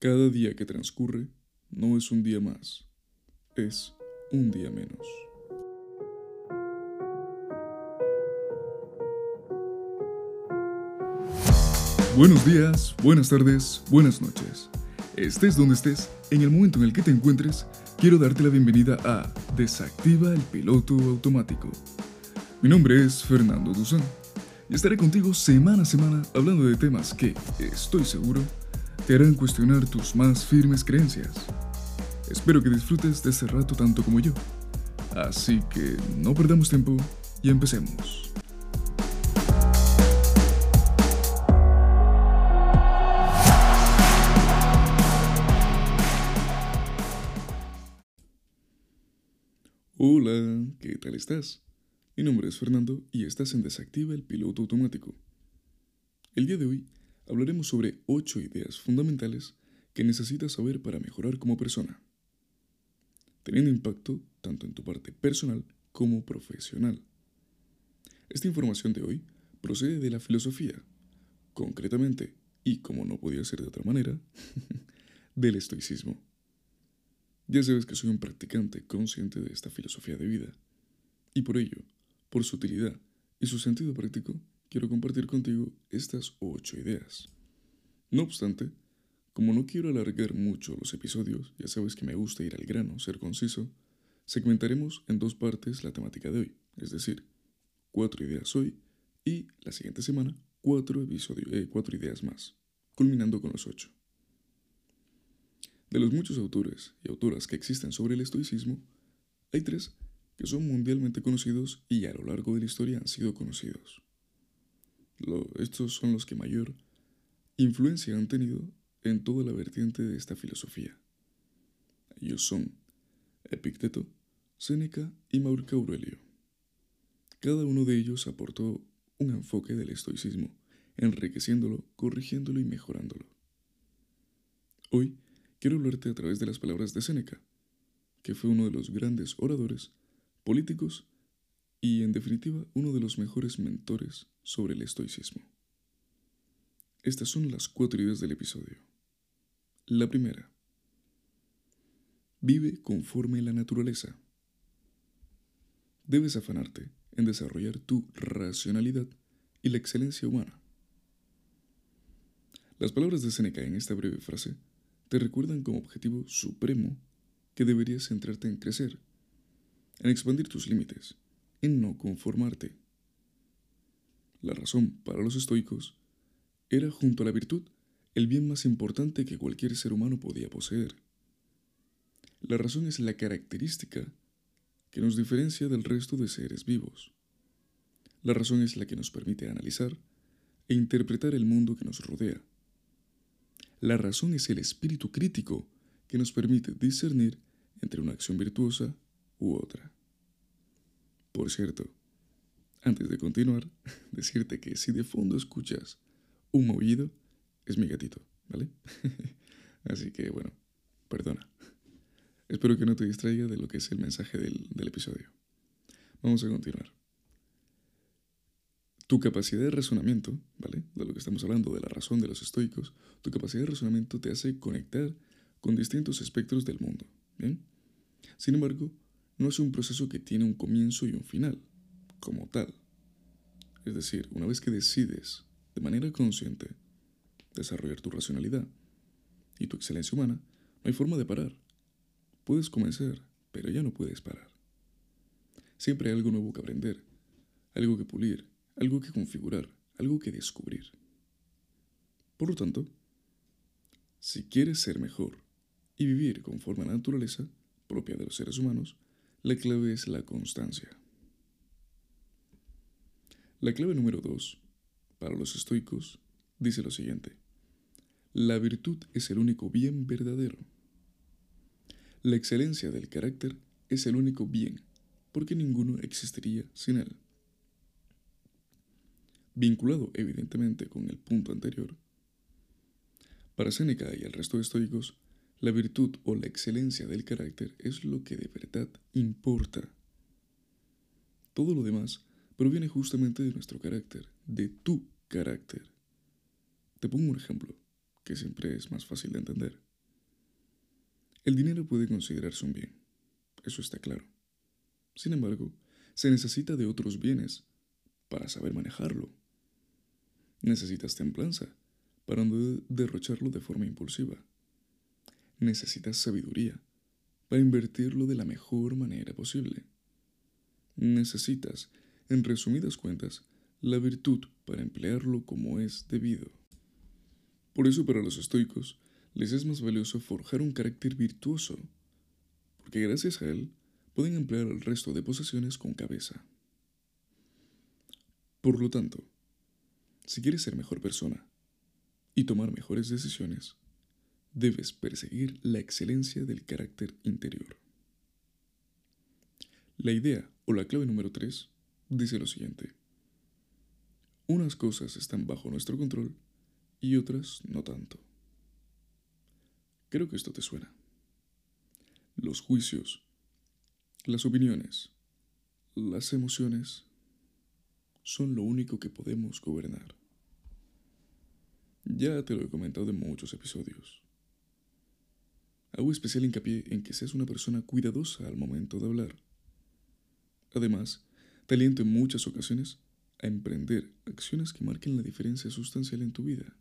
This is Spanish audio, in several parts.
Cada día que transcurre no es un día más, es un día menos. Buenos días, buenas tardes, buenas noches. Estés donde estés, en el momento en el que te encuentres, quiero darte la bienvenida a Desactiva el piloto automático. Mi nombre es Fernando Duzán y estaré contigo semana a semana hablando de temas que, estoy seguro, te harán cuestionar tus más firmes creencias. Espero que disfrutes de este rato tanto como yo. Así que no perdamos tiempo y empecemos. Hola, ¿qué tal estás? Mi nombre es Fernando y estás en Desactiva el piloto automático. El día de hoy hablaremos sobre 8 ideas fundamentales que necesitas saber para mejorar como persona, teniendo impacto tanto en tu parte personal como profesional. Esta información de hoy procede de la filosofía, concretamente, y como no podía ser de otra manera, del estoicismo. Ya sabes que soy un practicante consciente de esta filosofía de vida, y por ello, por su utilidad y su sentido práctico, quiero compartir contigo estas 8 ideas. No obstante, como no quiero alargar mucho los episodios, ya sabes que me gusta ir al grano, ser conciso, segmentaremos en 2 partes la temática de hoy, es decir, 4 ideas hoy y la siguiente semana 4 ideas más, culminando con los 8. De los muchos autores y autoras que existen sobre el estoicismo, hay 3 que son mundialmente conocidos y a lo largo de la historia han sido conocidos. Estos son los que mayor influencia han tenido en toda la vertiente de esta filosofía. Ellos son Epicteto, Séneca y Marco Aurelio. Cada uno de ellos aportó un enfoque del estoicismo, enriqueciéndolo, corrigiéndolo y mejorándolo. Hoy quiero hablarte a través de las palabras de Séneca, que fue uno de los grandes oradores, políticos y, en definitiva, uno de los mejores mentores sobre el estoicismo. Estas son las 4 ideas del episodio. La primera: vive conforme a la naturaleza. Debes afanarte en desarrollar tu racionalidad y la excelencia humana. Las palabras de Séneca en esta breve frase te recuerdan como objetivo supremo que deberías centrarte en crecer, en expandir tus límites, en no conformarte. La razón para los estoicos era, junto a la virtud, el bien más importante que cualquier ser humano podía poseer. La razón es la característica que nos diferencia del resto de seres vivos. La razón es la que nos permite analizar e interpretar el mundo que nos rodea. La razón es el espíritu crítico que nos permite discernir entre una acción virtuosa u otra. Por cierto, antes de continuar, decirte que si de fondo escuchas un maullido, es mi gatito, ¿vale? Así que bueno, perdona. Espero que no te distraiga de lo que es el mensaje del episodio. Vamos a continuar. Tu capacidad de razonamiento, ¿vale? De lo que estamos hablando, de la razón de los estoicos, tu capacidad de razonamiento te hace conectar con distintos espectros del mundo, ¿bien? Sin embargo, no es un proceso que tiene un comienzo y un final, como tal. Es decir, una vez que decides, de manera consciente, desarrollar tu racionalidad y tu excelencia humana, no hay forma de parar. Puedes comenzar, pero ya no puedes parar. Siempre hay algo nuevo que aprender, algo que pulir, algo que configurar, algo que descubrir. Por lo tanto, si quieres ser mejor y vivir conforme a la naturaleza propia de los seres humanos, la clave es la constancia. La clave número 2, para los estoicos, dice lo siguiente: la virtud es el único bien verdadero. La excelencia del carácter es el único bien, porque ninguno existiría sin él. Vinculado evidentemente con el punto anterior, para Séneca y el resto de estoicos, la virtud o la excelencia del carácter es lo que de verdad importa. Todo lo demás proviene justamente de nuestro carácter, de tu carácter. Te pongo un ejemplo, que siempre es más fácil de entender. El dinero puede considerarse un bien, eso está claro. Sin embargo, se necesita de otros bienes para saber manejarlo. Necesitas templanza para no derrocharlo de forma impulsiva. Necesitas sabiduría para invertirlo de la mejor manera posible. Necesitas, en resumidas cuentas, la virtud para emplearlo como es debido. Por eso para los estoicos les es más valioso forjar un carácter virtuoso, porque gracias a él pueden emplear el resto de posesiones con cabeza. Por lo tanto, si quieres ser mejor persona y tomar mejores decisiones, debes perseguir la excelencia del carácter interior. La idea o la clave número 3 dice lo siguiente: unas cosas están bajo nuestro control y otras no tanto. Creo que esto te suena. Los juicios, las opiniones, las emociones son lo único que podemos gobernar. Ya te lo he comentado en muchos episodios. Hago especial hincapié en que seas una persona cuidadosa al momento de hablar. Además, te aliento en muchas ocasiones a emprender acciones que marquen la diferencia sustancial en tu vida.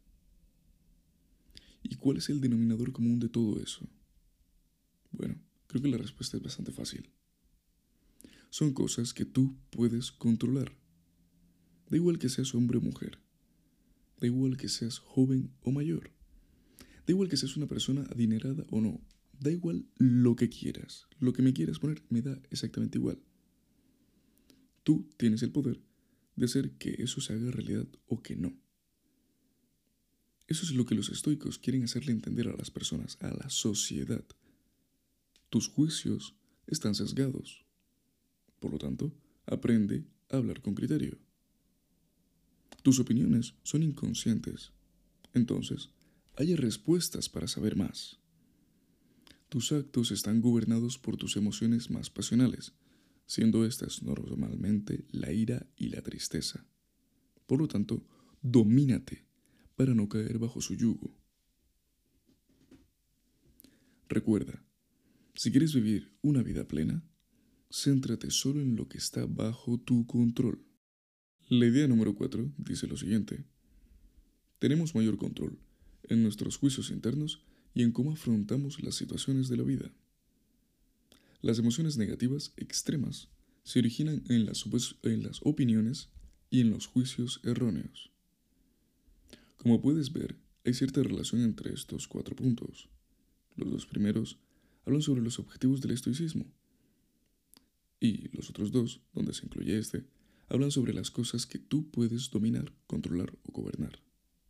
¿Y cuál es el denominador común de todo eso? Bueno, creo que la respuesta es bastante fácil. Son cosas que tú puedes controlar. Da igual que seas hombre o mujer. Da igual que seas joven o mayor. Da igual que seas una persona adinerada o no. Da igual lo que quieras. Lo que me quieras poner me da exactamente igual. Tú tienes el poder de hacer que eso se haga realidad o que no. Eso es lo que los estoicos quieren hacerle entender a las personas, a la sociedad. Tus juicios están sesgados. Por lo tanto, aprende a hablar con criterio. Tus opiniones son inconscientes. Entonces, hay respuestas para saber más. Tus actos están gobernados por tus emociones más pasionales, siendo estas normalmente la ira y la tristeza. Por lo tanto, domínate para no caer bajo su yugo. Recuerda, si quieres vivir una vida plena, céntrate solo en lo que está bajo tu control. La idea número 4 dice lo siguiente: tenemos mayor control en nuestros juicios internos y en cómo afrontamos las situaciones de la vida. Las emociones negativas extremas se originan en las opiniones y en los juicios erróneos. Como puedes ver, hay cierta relación entre estos 4 puntos. Los 2 primeros hablan sobre los objetivos del estoicismo, y los otros 2, donde se incluye este, hablan sobre las cosas que tú puedes dominar, controlar o gobernar.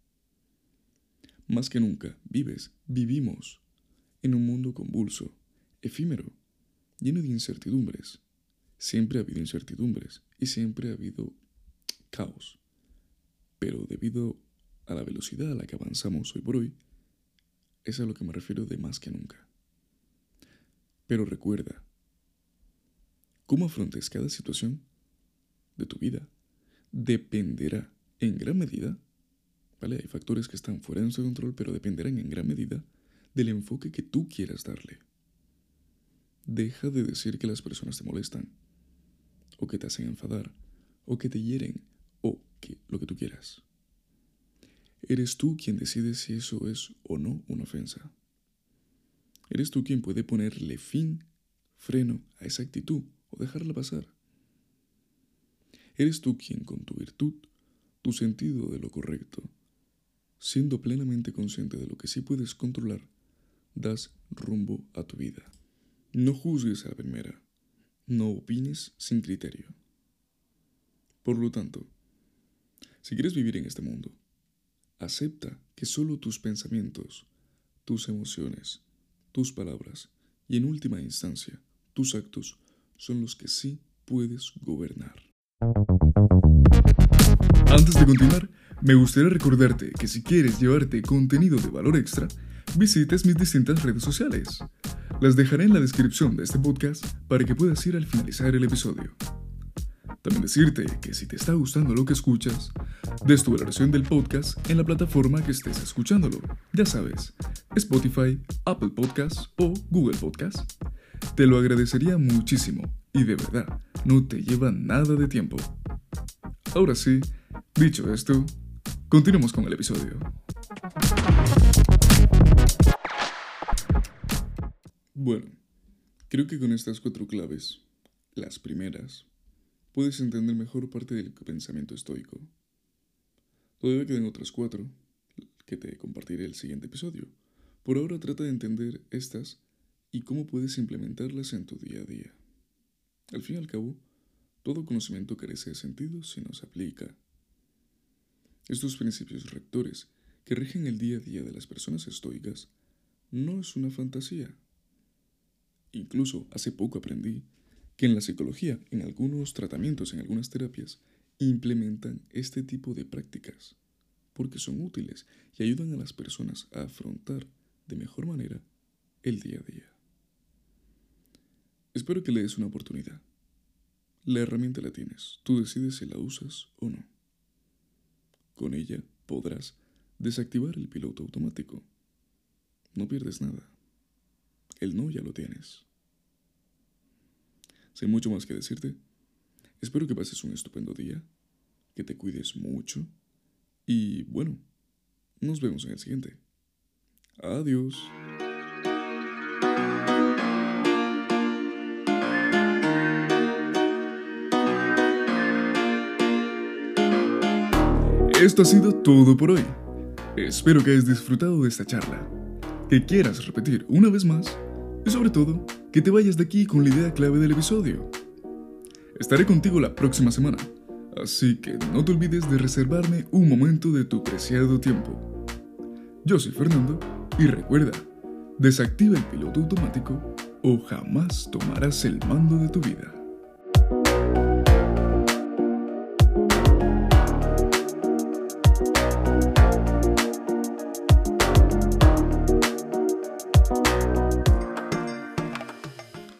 Más que nunca, vivimos en un mundo convulso, efímero, lleno de incertidumbres. Siempre ha habido incertidumbres y siempre ha habido caos. Pero debido a la velocidad a la que avanzamos hoy por hoy, es a lo que me refiero de más que nunca. Pero recuerda, cómo afrontes cada situación de tu vida dependerá en gran medida, ¿vale? Hay factores que están fuera de nuestro control, pero dependerán en gran medida del enfoque que tú quieras darle. Deja de decir que las personas te molestan, o que te hacen enfadar, o que te hieren, o que lo que tú quieras. Eres tú quien decide si eso es o no una ofensa. Eres tú quien puede ponerle freno a esa actitud o dejarla pasar. Eres tú quien con tu virtud, tu sentido de lo correcto, siendo plenamente consciente de lo que sí puedes controlar, das rumbo a tu vida. No juzgues a la primera, no opines sin criterio. Por lo tanto, si quieres vivir en este mundo, acepta que solo tus pensamientos, tus emociones, tus palabras y en última instancia, tus actos son los que sí puedes gobernar. Antes de continuar, me gustaría recordarte que si quieres llevarte contenido de valor extra, visites mis distintas redes sociales. Las dejaré en la descripción de este podcast para que puedas ir al finalizar el episodio. También decirte que si te está gustando lo que escuchas, des tu valoración del podcast en la plataforma que estés escuchándolo. Ya sabes, Spotify, Apple Podcasts o Google Podcasts. Te lo agradecería muchísimo y de verdad, no te lleva nada de tiempo. Ahora sí, dicho esto, continuemos con el episodio. Bueno, creo que con estas 4 claves, las primeras, puedes entender mejor parte del pensamiento estoico. Todavía quedan otras 4 que te compartiré el siguiente episodio. Por ahora trata de entender estas y cómo puedes implementarlas en tu día a día. Al fin y al cabo, todo conocimiento carece de sentido si no se aplica. Estos principios rectores que rigen el día a día de las personas estoicas no es una fantasía. Incluso hace poco aprendí que en la psicología, en algunos tratamientos, en algunas terapias, implementan este tipo de prácticas porque son útiles y ayudan a las personas a afrontar de mejor manera el día a día. Espero que le des una oportunidad. La herramienta la tienes, tú decides si la usas o no. Con ella podrás desactivar el piloto automático. No pierdes nada. El no ya lo tienes. Sin mucho más que decirte, espero que pases un estupendo día, que te cuides mucho y bueno, nos vemos en el siguiente. Adiós. Esto ha sido todo por hoy. Espero que hayas disfrutado de esta charla, que quieras repetir una vez más y sobre todo que te vayas de aquí con la idea clave del episodio. Estaré contigo la próxima semana, así que no te olvides de reservarme un momento de tu preciado tiempo. Yo soy Fernando y recuerda, desactiva el piloto automático o jamás tomarás el mando de tu vida.